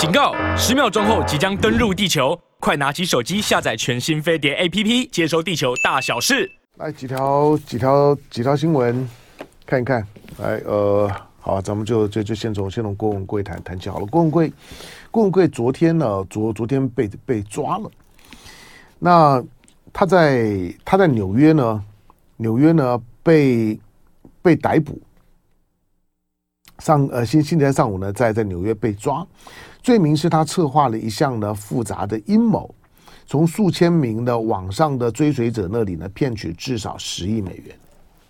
警告！10秒钟后即将登陆地球，快拿起手机下载全新飞碟 APP， 接收地球大小事。 来几条新闻看一看。来，好，咱们就先从郭文贵谈起好了。郭文贵昨天呢，昨天被抓了。那他在纽约呢被逮捕。星期天上午呢，在纽约被抓，罪名是他策划了一项呢复杂的阴谋，从数千名的网上的追随者那里呢骗取至少10亿美元。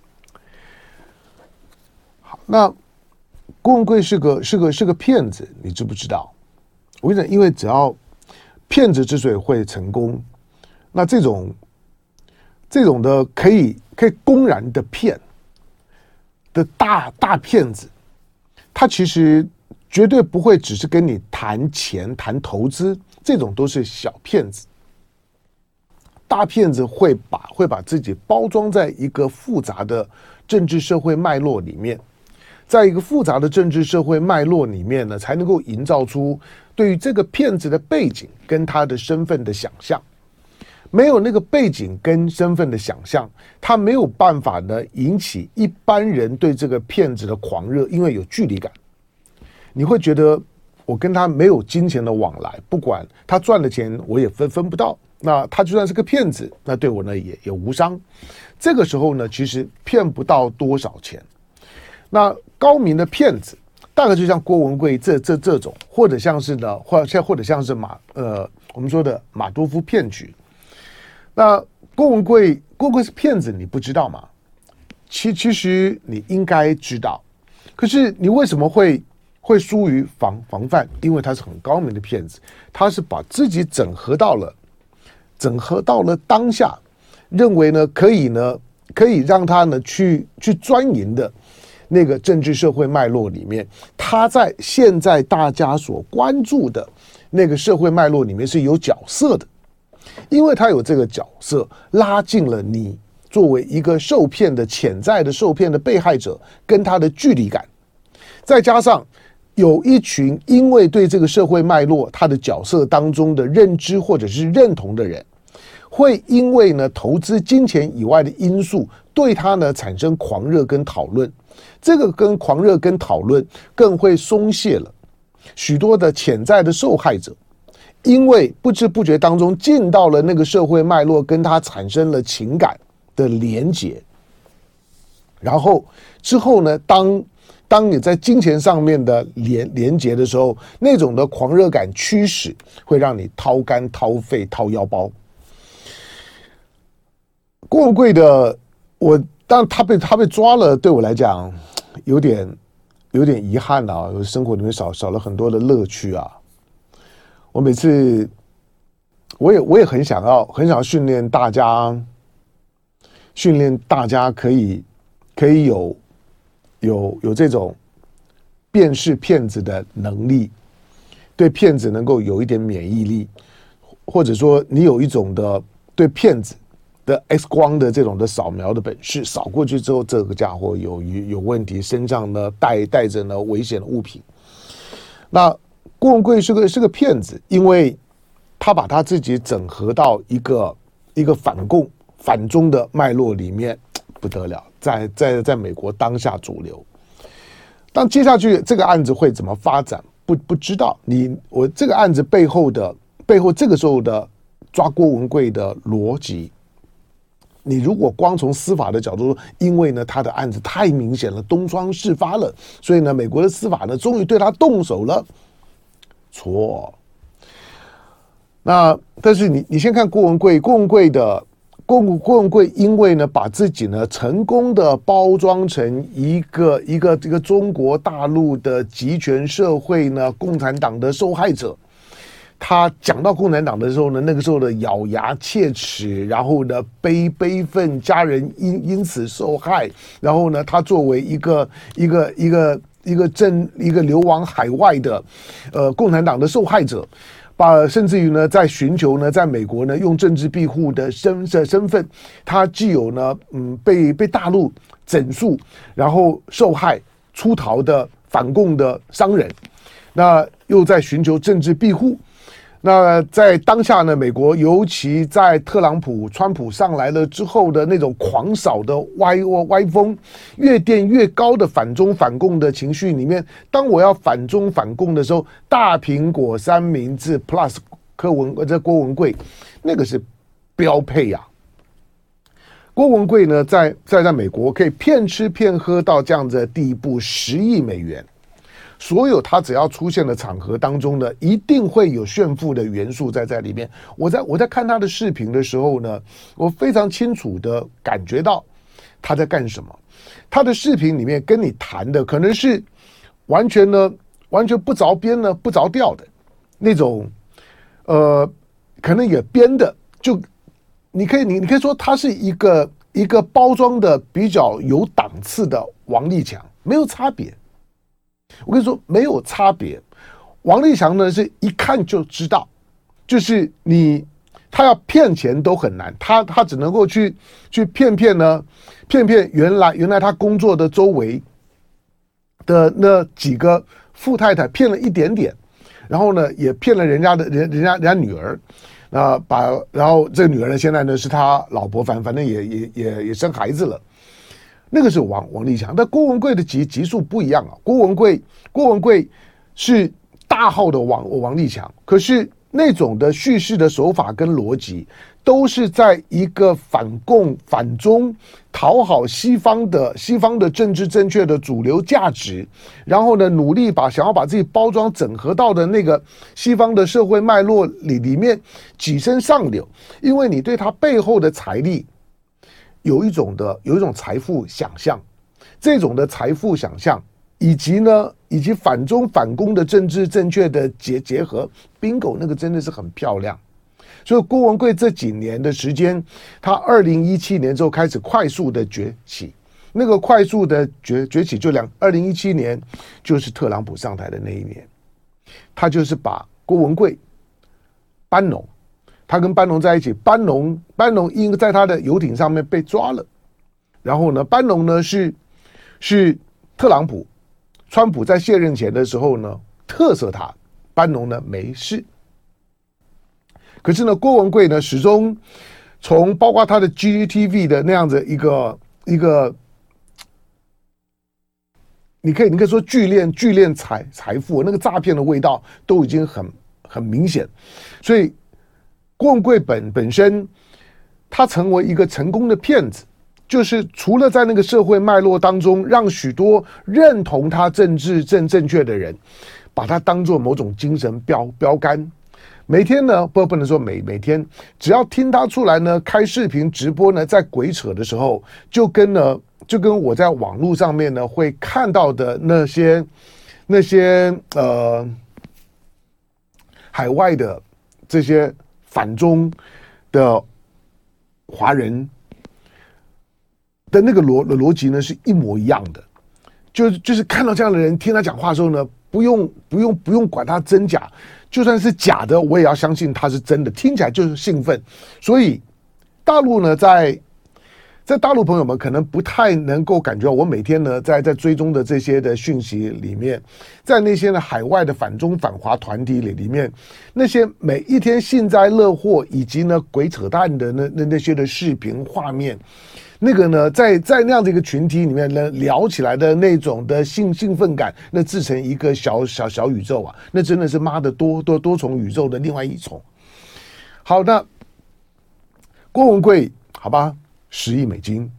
好，那郭文贵是个骗子，你知不知道？我跟你讲，因为只要骗子之所以会成功，那这种的可以公然的骗的大骗子。他其实绝对不会只是跟你谈钱、谈投资，这种都是小骗子。大骗子会把自己包装在一个复杂的政治社会脉络里面，在一个复杂的政治社会脉络里面呢，才能够营造出对于这个骗子的背景跟他的身份的想象。没有那个背景跟身份的想象，他没有办法呢引起一般人对这个骗子的狂热，因为有距离感。你会觉得我跟他没有金钱的往来，不管他赚的钱我也分不到，那他就算是个骗子，那对我呢也无伤。这个时候呢，其实骗不到多少钱。那高明的骗子，大概就像郭文贵这种，或者像是呢，或者像是我们说的马多夫骗局。那郭文贵是骗子，你不知道吗？其实你应该知道，可是你为什么会疏于防范？因为他是很高明的骗子，他是把自己整合到了当下，认为呢可以让他呢去钻营的那个政治社会脉络里面，他在现在大家所关注的那个社会脉络里面是有角色的。因为他有这个角色，拉近了你作为一个受骗的潜在的受骗的被害者跟他的距离感，再加上有一群因为对这个社会脉络他的角色当中的认知或者是认同的人，会因为呢投资金钱以外的因素对他呢产生狂热跟讨论，这个跟狂热跟讨论更会松懈了许多的潜在的受害者。因为不知不觉当中进到了那个社会脉络，跟他产生了情感的连结，然后之后呢，当你在金钱上面的连结的时候，那种的狂热感驱使会让你掏肝掏肺掏腰包。郭文贵的当他被抓了，对我来讲有点遗憾啊，生活里面少了很多的乐趣啊。我每次我也很想要训练大家可以有这种辨识骗子的能力，对骗子能够有一点免疫力，或者说你有一种的对骗子的 X 光的这种的扫描的本事，扫过去之后，这个家伙有问题，身上呢带着呢危险的物品。那郭文贵是个骗子，因为他把他自己整合到一个反中的脉络里面，不得了，在美国当下主流。但接下去这个案子会怎么发展，不知道。我这个案子背后这个时候的抓郭文贵的逻辑，你如果光从司法的角度说，因为呢他的案子太明显了，东窗事发了，所以呢美国的司法呢终于对他动手了。错。那但是你先看郭文贵因为呢把自己呢成功的包装成一个中国大陆的集权社会呢共产党的受害者。他讲到共产党的时候呢，那个时候的咬牙切齿，然后呢悲愤，家人因此受害，然后呢他作为一个流亡海外的共产党的受害者，甚至于呢在寻求呢在美国呢用政治庇护的身份，他既有呢被大陆整肃，然后受害出逃的反共的商人， 那又在寻求政治庇护。那在当下呢，美国尤其在川普上来了之后的那种狂扫的歪风，越垫越高的反中反共的情绪里面，当我要反中反共的时候，大苹果三明治 plus 郭文贵，那个是标配啊。郭文贵呢，在美国可以骗吃骗喝到这样子的地步，10亿美元。所有他只要出现的场合当中呢，一定会有炫富的元素在里面。我在看他的视频的时候呢，我非常清楚的感觉到他在干什么。他的视频里面跟你谈的可能是完全不着边呢、不着调的那种，可能也编的，就你可以说他是一个包装的比较有档次的王立强，没有差别。我跟你说，没有差别。王立强呢，是一看就知道，就是他要骗钱都很难，他只能够去骗原来他工作的周围的那几个富太太，骗了一点点，然后呢，也骗了人家女儿，然后这个女儿呢，现在呢是他老婆，反正也生孩子了。那个是王立强，但郭文贵的级数不一样啊。郭文贵是大号的王立强，可是那种的叙事的手法跟逻辑，都是在一个反共反中、讨好西方的政治正确的主流价值，然后呢，努力想要把自己包装整合到的那个西方的社会脉络里面跻身上流，因为你对他背后的财力。有一种财富想象，这种的财富想象，以及反中反共的政治正确的结合 ，bingo 那个真的是很漂亮。所以郭文贵这几年的时间，他2017年之后开始快速的崛起，那个快速的崛起就2017年就是特朗普上台的那一年，他就是把郭文贵、班农。他跟班农在一起，班农因在他的游艇上面被抓了，然后呢，班农呢是川普在卸任前的时候呢特赦他，班农呢没事。可是呢，郭文贵呢始终从包括他的 GTV 的那样子一个，你可以说聚敛财富，那个诈骗的味道都已经很明显，所以。郭文贵本身，他成为一个成功的骗子，就是除了在那个社会脉络当中，让许多认同他政治正确的人，把他当作某种精神标杆。每天呢，不能说每天，只要听他出来呢，开视频直播呢，在鬼扯的时候，就跟我在网络上面呢会看到的那些海外的这些。反中的华人的那个逻辑呢是一模一样的，就是看到这样的人，听他讲话的时候呢，不用管他真假，就算是假的，我也要相信他是真的，听起来就是兴奋。所以大陆呢，在大陆朋友们可能不太能够感觉到，我每天呢在追踪的这些的讯息里面，在那些呢海外的反中反华团体里面，那些每一天幸灾乐祸以及呢鬼扯淡的那些的视频画面，那个呢在那样的一个群体里面呢聊起来的那种的兴奋感，那自成一个小宇宙啊，那真的是妈的多重宇宙的另外一重。好，那郭文贵，好吧。10亿美金，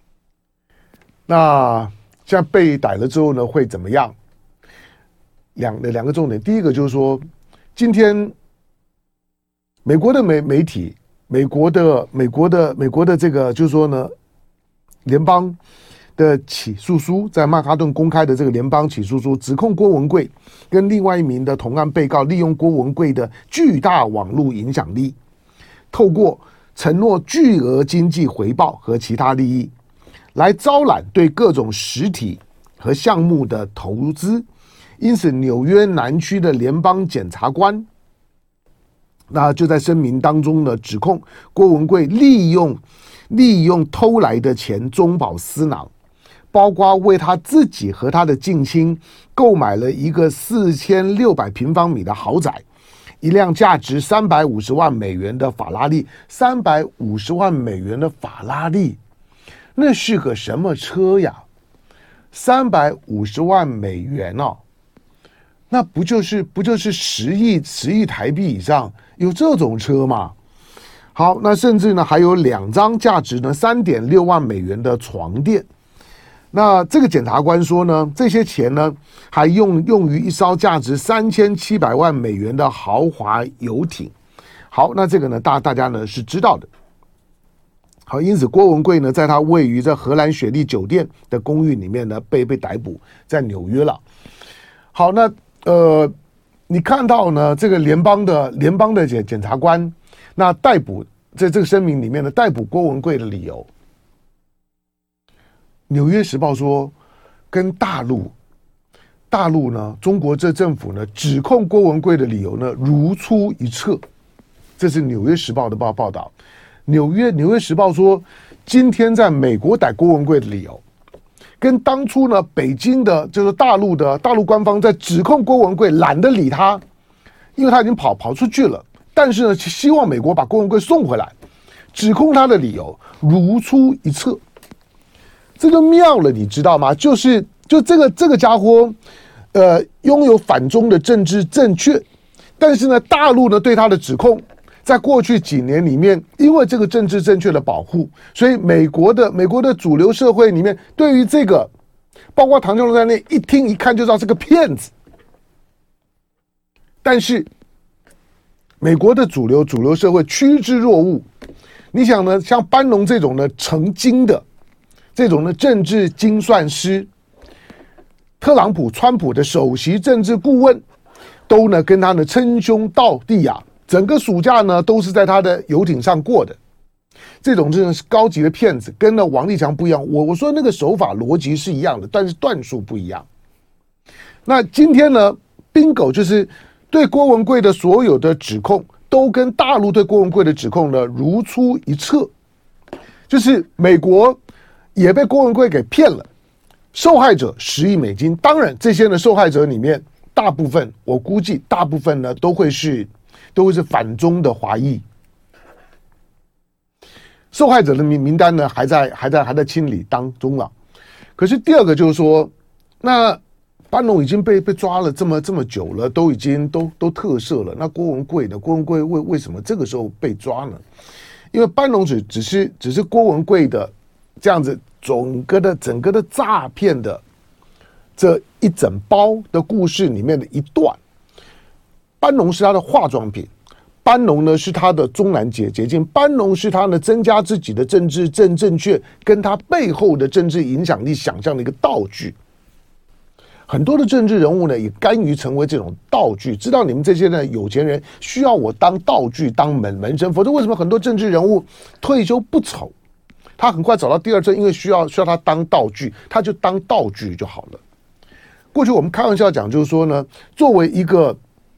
那现在被逮了之后呢，会怎么样？两个重点，第一个就是说，今天美国的媒体，美国的这个就是说呢，联邦的起诉书在曼哈顿公开的这个联邦起诉书，指控郭文贵跟另外一名的同案被告利用郭文贵的巨大网络影响力，透过承诺巨额经济回报和其他利益，来招揽对各种实体和项目的投资。因此，纽约南区的联邦检察官，那就在声明当中呢，指控郭文贵利用偷来的钱中饱私囊， 包括为他自己和他的近亲购买了一个4600平方米的豪宅，一辆价值350万美元的法拉利，350万美元的法拉利，那是个什么车呀？350万美元哦，那不就是10亿台币以上有这种车吗？好，那甚至呢还有2张价值呢3.6万美元的床垫。那这个检察官说呢，这些钱呢还用于一艘价值3700万美元的豪华游艇。好，那这个呢大家呢是知道的。好，因此郭文贵呢在他位于这荷兰雪莉酒店的公寓里面呢被逮捕，在纽约了。好，那你看到呢这个联邦的检察官那逮捕在这个声明里面呢逮捕郭文贵的理由，纽约时报说跟大陆呢中国这政府呢指控郭文贵的理由呢如出一辙，这是纽约时报的报道。纽约时报说，今天在美国逮郭文贵的理由跟当初呢北京的就是大陆官方在指控郭文贵懒得理他，因为他已经跑出去了，但是呢希望美国把郭文贵送回来，指控他的理由如出一辙。这就妙了，你知道吗？就这个家伙，拥有反中的政治正确，但是呢，大陆呢对他的指控，在过去几年里面，因为这个政治正确的保护，所以美国的主流社会里面，对于这个，包括唐湘龙在内，一听一看就知道是个骗子。但是，美国的主流社会趋之若鹜。你想呢，像班农这种呢成精的。这种呢政治精算师，川普的首席政治顾问，都呢跟他呢称兄道弟啊，整个暑假呢都是在他的游艇上过的。这种真的是高级的骗子，跟呢王立强不一样。我说那个手法逻辑是一样的，但是段数不一样。那今天呢 ，bingo 就是对郭文贵的所有的指控，都跟大陆对郭文贵的指控呢如出一辙，就是美国也被郭文贵给骗了，受害者10亿美金。当然，这些呢受害者里面，大部分我估计大部分呢都会是反中的华裔。受害者的名单呢还在清理当中了。可是第二个就是说，那班农已经被抓了这么久了，都已经都特赦了。那郭文贵呢？郭文贵为什么这个时候被抓呢？因为班农只是郭文贵的这样子整个的诈骗的这一整包的故事里面的一段。班农是他的化妆品，班农呢是他的中南捷径，班农是他呢增加自己的政治正确跟他背后的政治影响力想象的一个道具。很多的政治人物呢也甘于成为这种道具，知道你们这些呢有钱人需要我当道具当门生，否则为什么很多政治人物退休不丑？他很快找到第二针，因为需要他当道具，他就当道具就好了。过去我们开玩笑讲，就是说呢，作为一个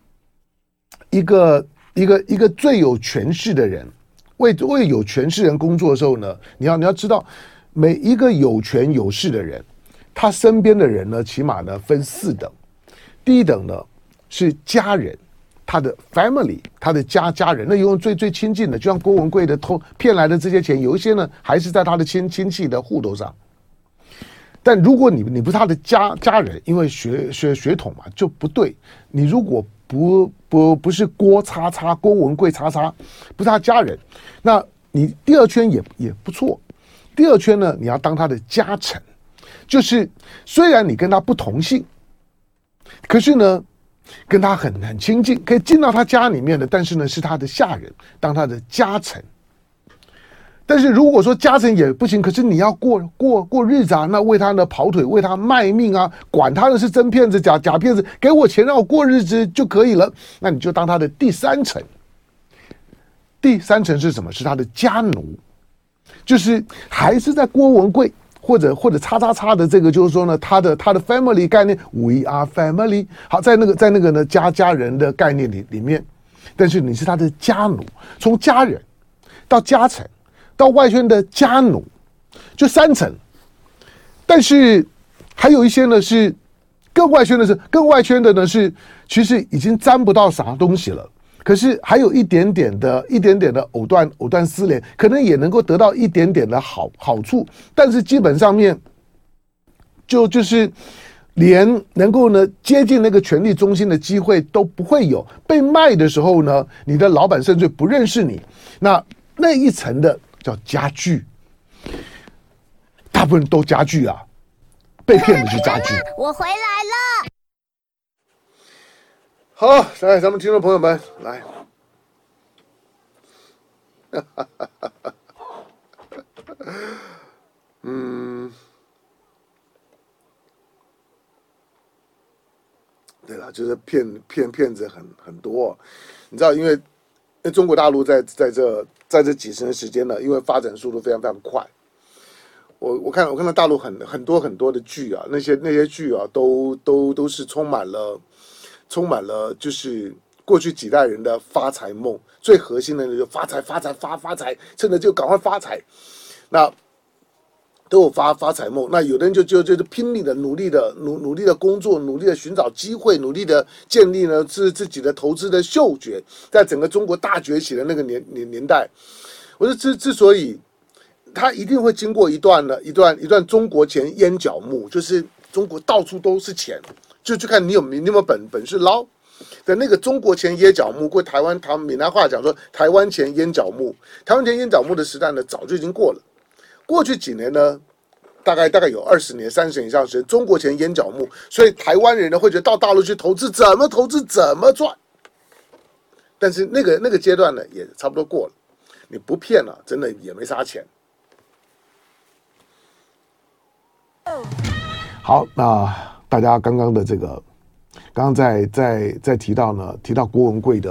最有权势的人，为有权势人工作的时候呢，你要知道，每一个有权有势的人，他身边的人呢，起码呢分4等。第一等呢是家人，他的 family， 他的家人，那用最亲近的，就像郭文贵的骗来的这些钱，有一些呢还是在他的亲戚的户头上。但如果你不是他的家人，因为血统嘛就不对。你如果不是郭文贵不是他家人，那你第二圈也不错。第二圈呢，你要当他的家臣，就是虽然你跟他不同姓，可是呢跟他很亲近，可以进到他家里面的，但是呢是他的下人，当他的家臣。但是如果说家臣也不行，可是你要过日子啊，那为他呢跑腿，为他卖命啊，管他的是真骗子假骗子，给我钱让我过日子就可以了，那你就当他的第3层。第3层是什么？是他的家奴，就是还是在郭文贵或者的这个，就是说呢，他的 family 概念 ，we are family。好，在那个呢家人的概念里面，但是你是他的家奴，从家人到家臣。到外圈的家奴，就3层。 但是还有一些呢是更外圈的呢是其实已经沾不到啥东西了。可是还有一点点的藕断丝连，可能也能够得到一点点的好处，但是基本上面就是连能够呢接近那个权力中心的机会都不会有。被卖的时候呢，你的老板甚至不认识你，那一层的叫家具，大部分都家具啊，被骗的是家具。 我回来了。 好，来，咱们听众朋友们来，对了，就是骗子很多，你知道，因为中国大陆在这几十年时间呢，因为发展速度非常非常快。我看到大陆很多的剧啊，那些剧啊，都是充满了就是过去几代人的发财梦，最核心的就发财，趁着就赶快发财，那都有发财梦。那有的人就拼命的努力的工作，努力的寻找机会，努力的建立呢自己的投资的嗅觉，在整个中国大崛起的那个年代，我说之所以他一定会经过一段中国钱淹脚目，就是中国到处都是钱，就看你有没有本事捞的那个中国钱淹脚目。过台湾闽南话讲说台湾钱淹脚目，台湾钱淹脚目的时代呢早就已经过了。过去几年呢，大概有20年、30年以上的时间，中国钱淹脚目，所以台湾人呢会觉得到大陆去投资怎么赚。但是那个阶段呢也差不多过了，你不骗了，真的也没啥钱。好，那大家刚刚的这个，刚刚在提到郭文贵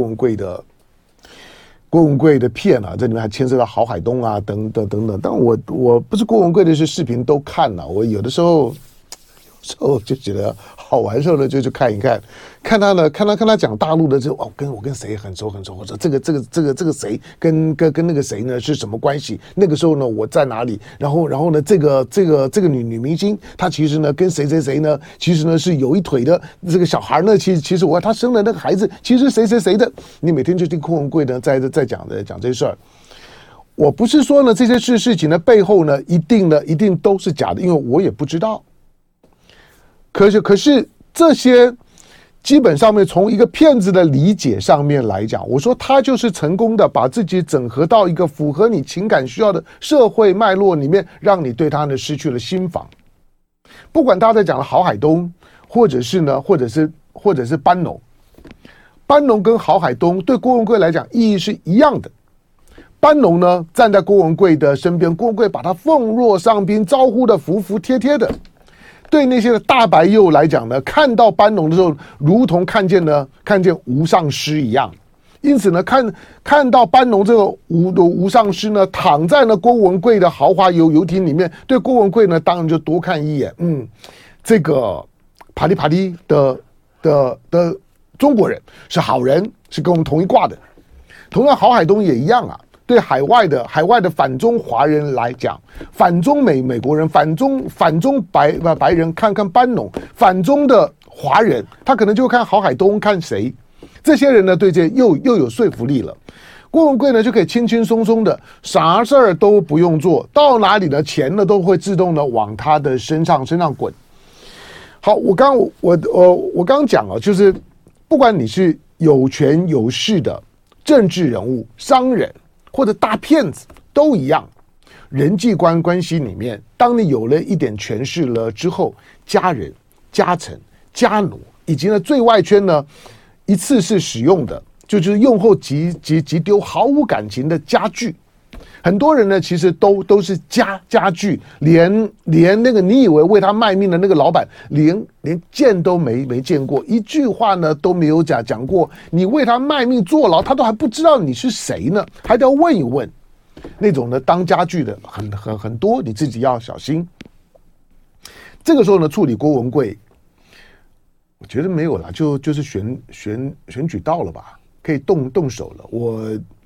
的骗啊，这里面还牵涉到郝海东啊等等。但我不是郭文贵的是视频都看了，我有的时候就觉得好玩的时候呢，就去看一看，看他讲大陆的这我跟谁很熟，或者这个谁跟那个谁呢是什么关系？那个时候呢我在哪里？然后呢这个女明星她其实呢跟谁呢其实呢是有一腿的，这个小孩呢其实她生的那个孩子其实谁的，你每天就听郭文贵呢在讲这事儿。我不是说呢这些事情的背后呢一定都是假的，因为我也不知道。可是这些基本上面从一个骗子的理解上面来讲，我说他就是成功的把自己整合到一个符合你情感需要的社会脉络里面，让你对他呢失去了心防。不管大家在讲的郝海东，或者是班农跟郝海东对郭文贵来讲意义是一样的。班农呢站在郭文贵的身边，郭文贵把他奉若上宾，招呼的服服帖帖的。对那些的大白幼来讲呢，看到班农的时候，如同看见无上师一样。因此呢，看到班农这个无上师呢，躺在呢郭文贵的豪华游艇里面，对郭文贵呢，当然就多看一眼。这个啪哩的中国人是好人，是跟我们同一挂的。同样，郝海东也一样啊。对海外的反中华人来讲，反中美国人，反中白人看班农，反中的华人他可能就看郝海东，看谁，这些人呢对这又有说服力了。郭文贵呢就可以轻轻松松的，啥事儿都不用做，到哪里呢钱呢都会自动的往他的身上滚。好，我刚讲了，就是不管你是有权有势的政治人物、商人或者大骗子都一样，人际关系里面，当你有了一点权势了之后，家人、家臣、家奴，以及呢最外圈呢一次是使用的，就是用后即丢、毫无感情的家具。很多人呢其实都是家具，连那个你以为为他卖命的那个老板，连见都没见过，一句话呢都没有讲过，你为他卖命坐牢，他都还不知道你是谁呢，还得要问一问。那种呢当家具的很多，你自己要小心。这个时候呢处理郭文贵，我觉得没有啦，就是选举到了吧，可以动手了。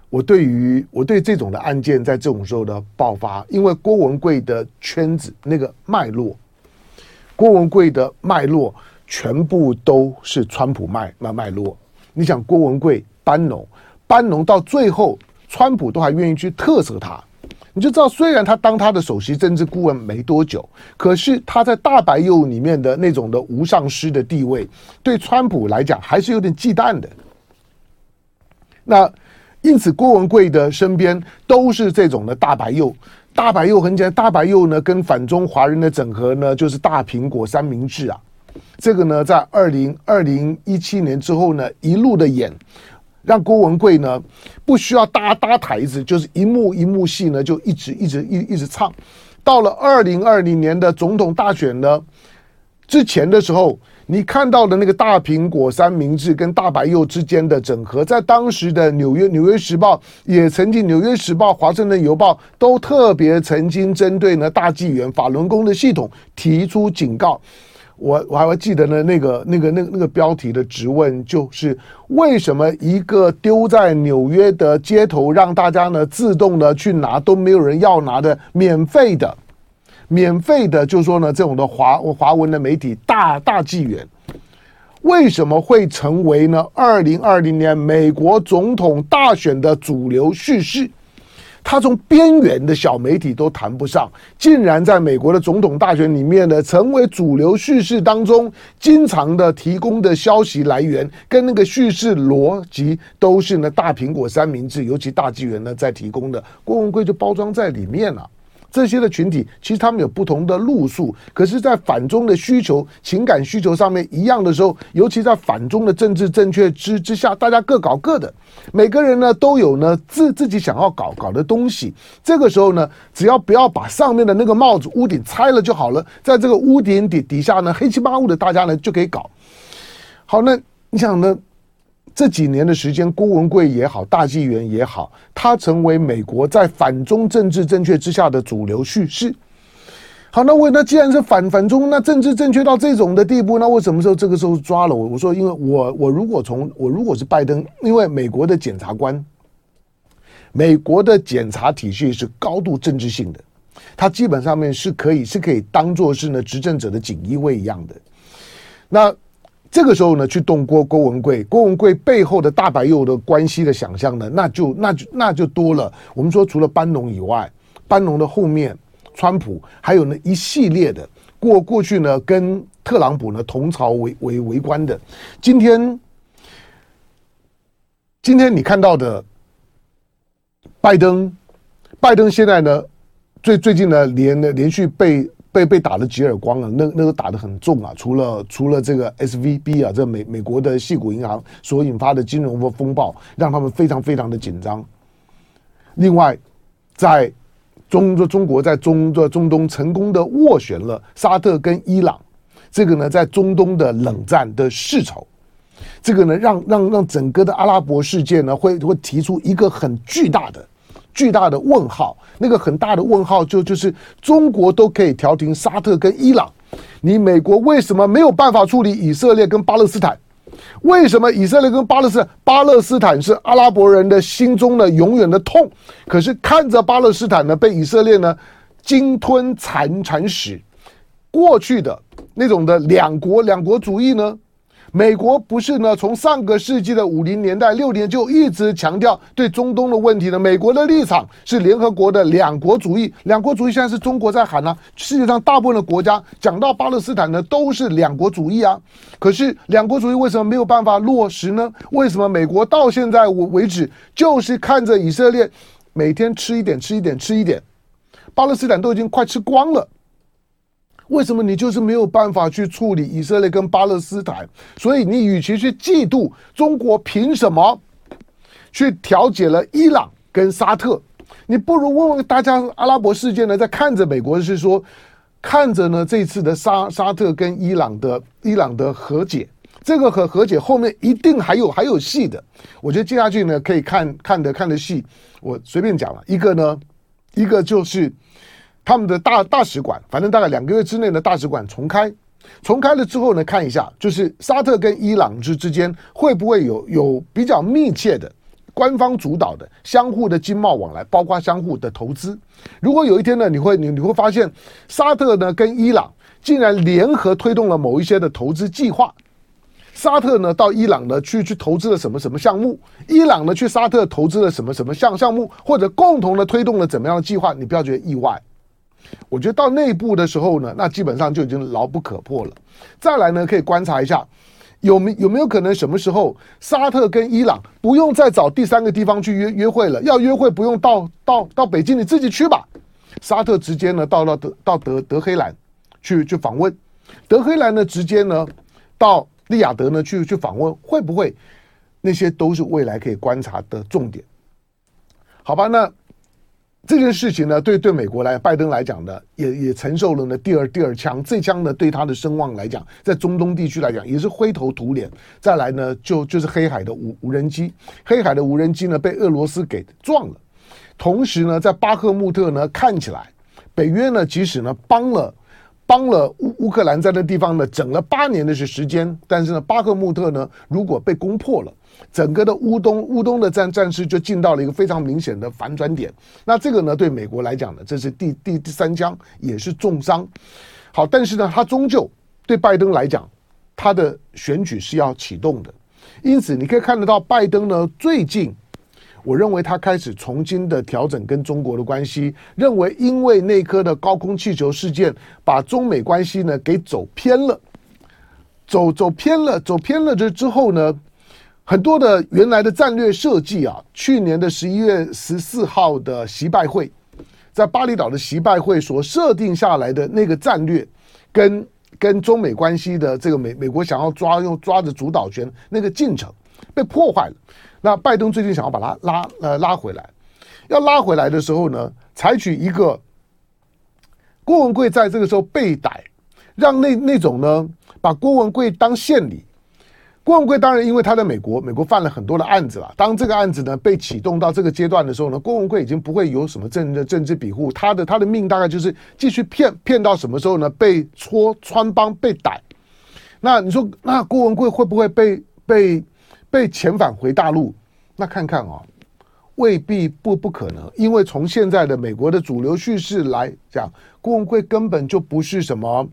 我对这种的案件在这种时候的爆发，因为郭文贵的圈子那个脉络，郭文贵的脉络全部都是川普脉络。你想郭文贵、班农到最后，川普都还愿意去特赦他，你就知道，虽然他当他的首席政治顾问没多久，可是他在大白鼬里面的那种的无上师的地位，对川普来讲还是有点忌惮的。那因此，郭文贵的身边都是这种的大白鼬。大白鼬很简单，大白鼬呢跟反中华人的整合呢，就是大苹果三明治啊。这个呢，在2017年之后呢，一路的演，让郭文贵呢不需要搭台子，就是一幕戏呢就一直唱。到了2020年的总统大选呢之前的时候，你看到的那个大苹果三明治跟大白鼬之间的整合，在当时的纽约时报也曾经，纽约时报、华盛顿邮报都特别曾经针对呢大纪元法轮功的系统提出警告。我还会记得呢，那个标题的质问就是为什么一个丢在纽约的街头，让大家呢自动的去拿都没有人要拿的免费的，就是说呢，这种的华文的媒体大纪元，为什么会成为呢2020年美国总统大选的主流叙事？他从边缘的小媒体都谈不上，竟然在美国的总统大选里面呢，成为主流叙事当中经常的提供的消息来源跟那个叙事逻辑都是呢大苹果三明治，尤其大纪元呢在提供的，郭文贵就包装在里面了。这些的群体其实他们有不同的路数，可是在反中的需求、情感需求上面一样的时候，尤其在反中的政治正确之下，大家各搞各的，每个人呢都有呢自己想要搞的东西。这个时候呢，只要不要把上面的那个帽子屋顶拆了就好了，在这个屋顶底下呢，黑漆八乌的大家呢就可以搞好。那你想呢？这几年的时间，郭文贵也好，大纪元也好，他成为美国在反中政治正确之下的主流叙事。好，那既然是反中，那政治正确到这种的地步，那我什么时候这个时候抓了我说，因为我如果是拜登，因为美国的检察官，美国的检察体系是高度政治性的，它基本上面是可以当作是呢执政者的锦衣卫一样的。那这个时候呢，去动郭文贵背后的大白鼬的关系的想象呢，那就多了。我们说除了班农以外，班农的后面，川普还有呢一系列的过去呢跟特朗普呢同朝为官的。今天你看到的拜登现在呢，最近呢连续被打了几耳光啊，那个打得很重啊。除了这个 SVB 啊，这美国的矽谷银行所引发的金融风暴，让他们非常非常的紧张。另外，在中国在中东成功的斡旋了沙特跟伊朗，这个呢在中东的冷战的世仇，这个呢让整个的阿拉伯世界呢会提出一个很巨大的问号。那个很大的问号就是中国都可以调停沙特跟伊朗，你美国为什么没有办法处理以色列跟巴勒斯坦？为什么以色列跟巴勒斯坦是阿拉伯人的心中的永远的痛？可是看着巴勒斯坦呢被以色列呢鲸吞蚕食，过去的那种的两国主义呢？美国不是呢，从上个世纪的50年代、60年就一直强调对中东的问题呢。美国的立场是联合国的两国主义，两国主义现在是中国在喊啊。世界上大部分的国家讲到巴勒斯坦呢，都是两国主义啊。可是两国主义为什么没有办法落实呢？为什么美国到现在为止就是看着以色列每天吃一点，巴勒斯坦都已经快吃光了？为什么你就是没有办法去处理以色列跟巴勒斯坦？所以你与其去嫉妒中国凭什么去调解了伊朗跟沙特，你不如问问大家，阿拉伯世界呢在看着美国是说，看着呢这次的沙特跟伊朗的和解，这个和解后面一定还有戏的。我觉得接下去呢可以看的戏，我随便讲了一个就是他们的大使馆，反正大概2个月之内的大使馆重开了之后呢，看一下就是沙特跟伊朗之间会不会有比较密切的官方主导的相互的经贸往来，包括相互的投资。如果有一天呢，你会发现沙特呢跟伊朗竟然联合推动了某一些的投资计划。沙特呢到伊朗呢去投资了什么什么项目，伊朗呢去沙特投资了什么什么项目，或者共同的推动了怎么样的计划，你不要觉得意外。我觉得到内部的时候呢，那基本上就已经牢不可破了。再来呢，可以观察一下有没有可能什么时候沙特跟伊朗不用再找第三个地方去约会了，要约会不用到北京，你自己去吧。沙特直接呢到德黑兰去访问，德黑兰呢直接呢到利雅得呢去访问，会不会那些都是未来可以观察的重点？好吧，那这件事情呢，对美国拜登来讲呢，也承受了呢第二枪，这枪呢对他的声望来讲，在中东地区来讲也是灰头土脸。再来呢，就是黑海的无人机，黑海的无人机呢被俄罗斯给撞了。同时呢，在巴赫穆特呢，看起来北约呢，即使呢帮了乌克兰在那地方呢整了8年的时间，但是呢，巴赫穆特呢如果被攻破了，整个的乌东的战事就进到了一个非常明显的反转点。那这个呢，对美国来讲呢，这是第3枪，也是重伤。好，但是呢，他终究对拜登来讲，他的选举是要启动的，因此你可以看得到，拜登呢最近，我认为他开始重新的调整跟中国的关系，认为因为那颗的高空气球事件，把中美关系呢给走偏了，走偏了之后呢，很多的原来的战略设计啊，去年的11月14号的习拜会，在巴厘岛的习拜会所设定下来的那个战略，跟中美关系的这个美国想要抓着主导权那个进程被破坏了。那拜登最近想要把它拉回来，要拉回来的时候呢，采取一个郭文贵在这个时候被逮，让那种呢把郭文贵当献礼。郭文贵当然因为他在美国犯了很多的案子了，当这个案子呢被启动到这个阶段的时候呢，郭文贵已经不会有什么政治庇护，他的命大概就是继续骗到什么时候呢？被穿帮被逮。那你说，那郭文贵会不会被遣返回大陆？那看看啊，未必不可能，因为从现在的美国的主流叙事来讲，郭文贵根本就不是什么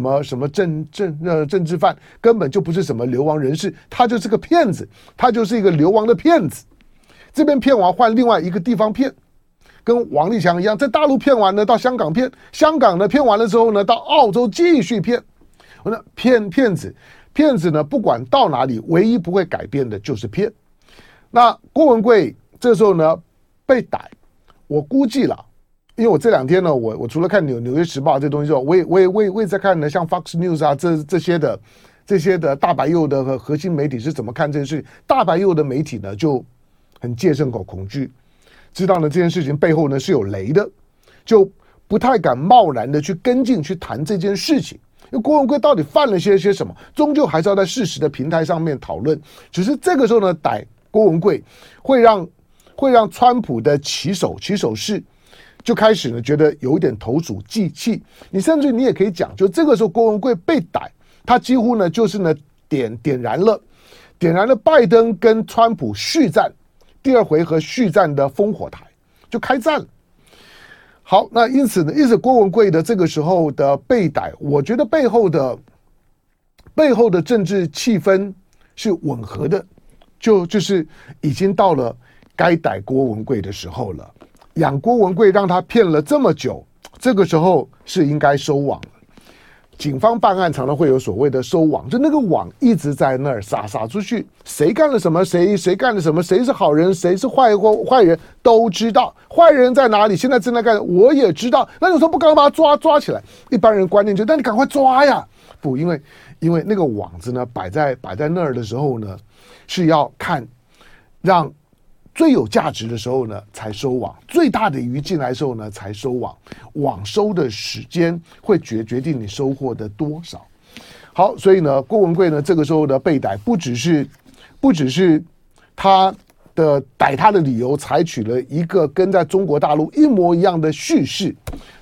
政治犯，根本就不是什么流亡人士，他就是个骗子，他就是一个流亡的骗子。这边骗完换另外一个地方骗，跟王立强一样，在大陆骗完呢，到香港骗，香港呢骗完了之后呢，到澳洲继续骗。那骗子呢，不管到哪里，唯一不会改变的就是骗。那郭文贵这时候呢被逮，我估计了，因为我这2天呢，我除了看纽约时报这东西之后，我也在看呢，像 Fox News 啊这些的大白右的和核心媒体是怎么看这件事情。大白右的媒体呢就很戒慎恐惧，知道呢这件事情背后呢是有雷的，就不太敢贸然的去跟进去谈这件事情。因为郭文贵到底犯了些什么，终究还是要在事实的平台上面讨论。只是这个时候呢，逮郭文贵会让川普的起手式就开始呢觉得有一点投鼠忌器。你甚至你也可以讲，就这个时候郭文贵被逮，他几乎呢就是呢点燃了拜登跟川普续战第2回合续战的烽火台，就开战了。好，那因此郭文贵的这个时候的被逮，我觉得背后的政治气氛是吻合的，就是已经到了该逮郭文贵的时候了。养郭文贵让他骗了这么久，这个时候是应该收网了。警方办案常常会有所谓的收网，就那个网一直在那儿撒出去，谁干了什么，谁干了什么，谁是好人，谁是坏人都知道，坏人在哪里，现在正在干，我也知道。那有时候不赶快把他抓起来，一般人观念就，那你赶快抓呀！不，因为那个网子呢摆在那儿的时候呢，是要看让最有价值的时候呢才收网，最大的鱼进来的时候呢才收网，网收的时间会决定你收获的多少。好，所以呢，郭文贵呢这个时候的被逮，不只是他的逮他的理由采取了一个跟在中国大陆一模一样的叙事，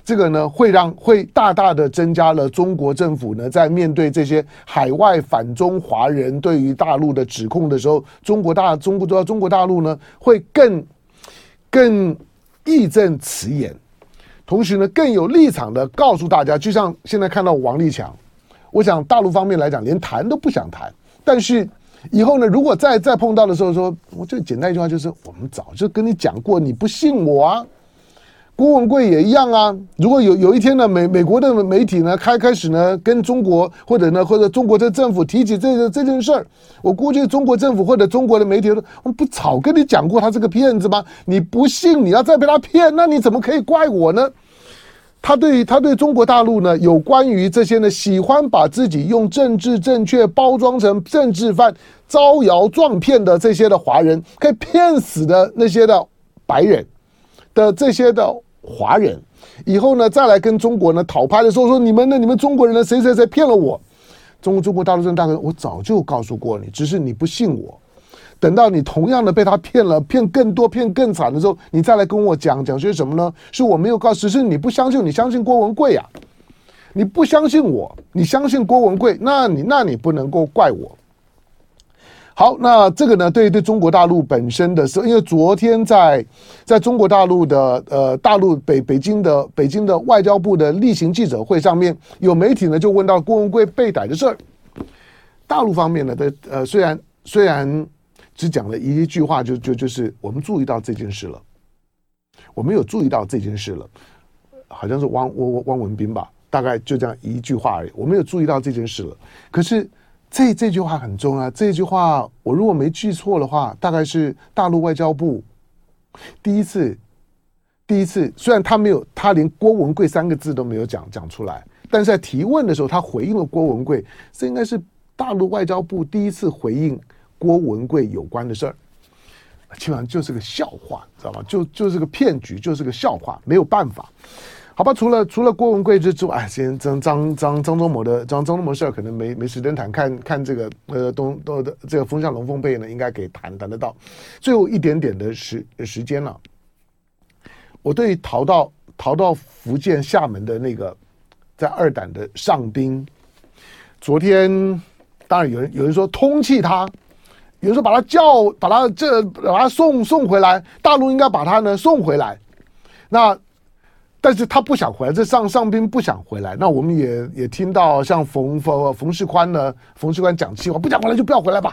这个呢会大大的增加了中国政府呢在面对这些海外反中华人对于大陆的指控的时候，中国大陆呢会更义正辞严，同时呢更有立场的告诉大家，就像现在看到王立强，我想大陆方面来讲连谈都不想谈，但是以后呢如果再碰到的时候说，我最简单一句话就是我们早就跟你讲过，你不信我啊。郭文贵也一样啊，如果有一天呢美国的媒体呢开始呢跟中国或者中国的政府提起这件事儿，我估计中国政府或者中国的媒体说，我们不早跟你讲过他这个骗子吗？你不信，你要再被他骗，那你怎么可以怪我呢？他对中国大陆呢有关于这些呢喜欢把自己用政治正确包装成政治犯招摇撞骗的这些的华人，可以骗死的那些的白人的这些的华人，以后呢再来跟中国呢讨拍的时候说，你们中国人呢谁骗了我，中国大陆政大哥，我早就告诉过你，只是你不信我。等到你同样的被他骗了，骗更多骗更惨的时候，你再来跟我讲些什么呢？是我没有告诉，只是你不相信，你相信郭文贵啊，你不相信我，你相信郭文贵，那你不能够怪我。好，那这个呢，对中国大陆本身的是，因为昨天在中国大陆的大陆北京的外交部的例行记者会上面，有媒体呢就问到郭文贵被逮的事儿。大陆方面呢虽然只讲了一句话，就是我们注意到这件事了，我们有注意到这件事了，好像是汪文斌吧，大概就这样一句话而已，我们有注意到这件事了。可是这句话很重要，这句话我如果没记错的话，大概是大陆外交部第一次，虽然他连郭文贵3个字都没有讲出来，但是在提问的时候他回应了郭文贵，这应该是大陆外交部第一次回应郭文贵有关的事儿，基本上就是个笑话，知道吗？就是个骗局，就是个笑话，没有办法。好吧，除了郭文贵之外，先张忠谋的事儿可能没时间谈，看这个这个风向龙凤配呢，应该可以谈得到。最后一点点的时间了，我对逃到福建厦门的那个在二胆的上宾，昨天当然有人说通缉他，有人说把他送回来，大陆应该把他呢送回来，但是他不想回来，这上宾不想回来。那我们也听到像冯世宽讲气话，不想回来就不要回来吧。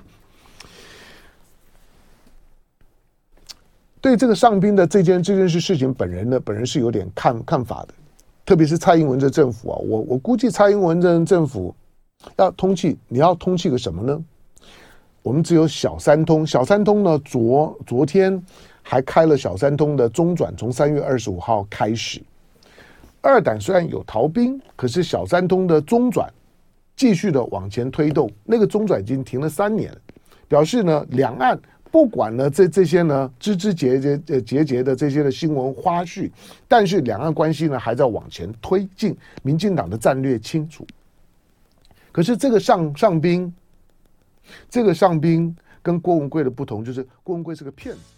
对这个上宾的这件事情，本人是有点看法的，特别是蔡英文这政府啊，我估计蔡英文这政府要通缉，你要通缉个什么呢？我们只有小三通呢，昨天还开了小三通的中转，从3月25号开始。二胆虽然有逃兵，可是小三通的中转继续的往前推动，那个中转已经停了3年了，表示呢两岸不管呢这些呢枝节节的这些的新闻花絮，但是两岸关系呢还在往前推进，民进党的战略清楚。可是这个上宾跟郭文贵的不同，就是郭文贵是个骗子。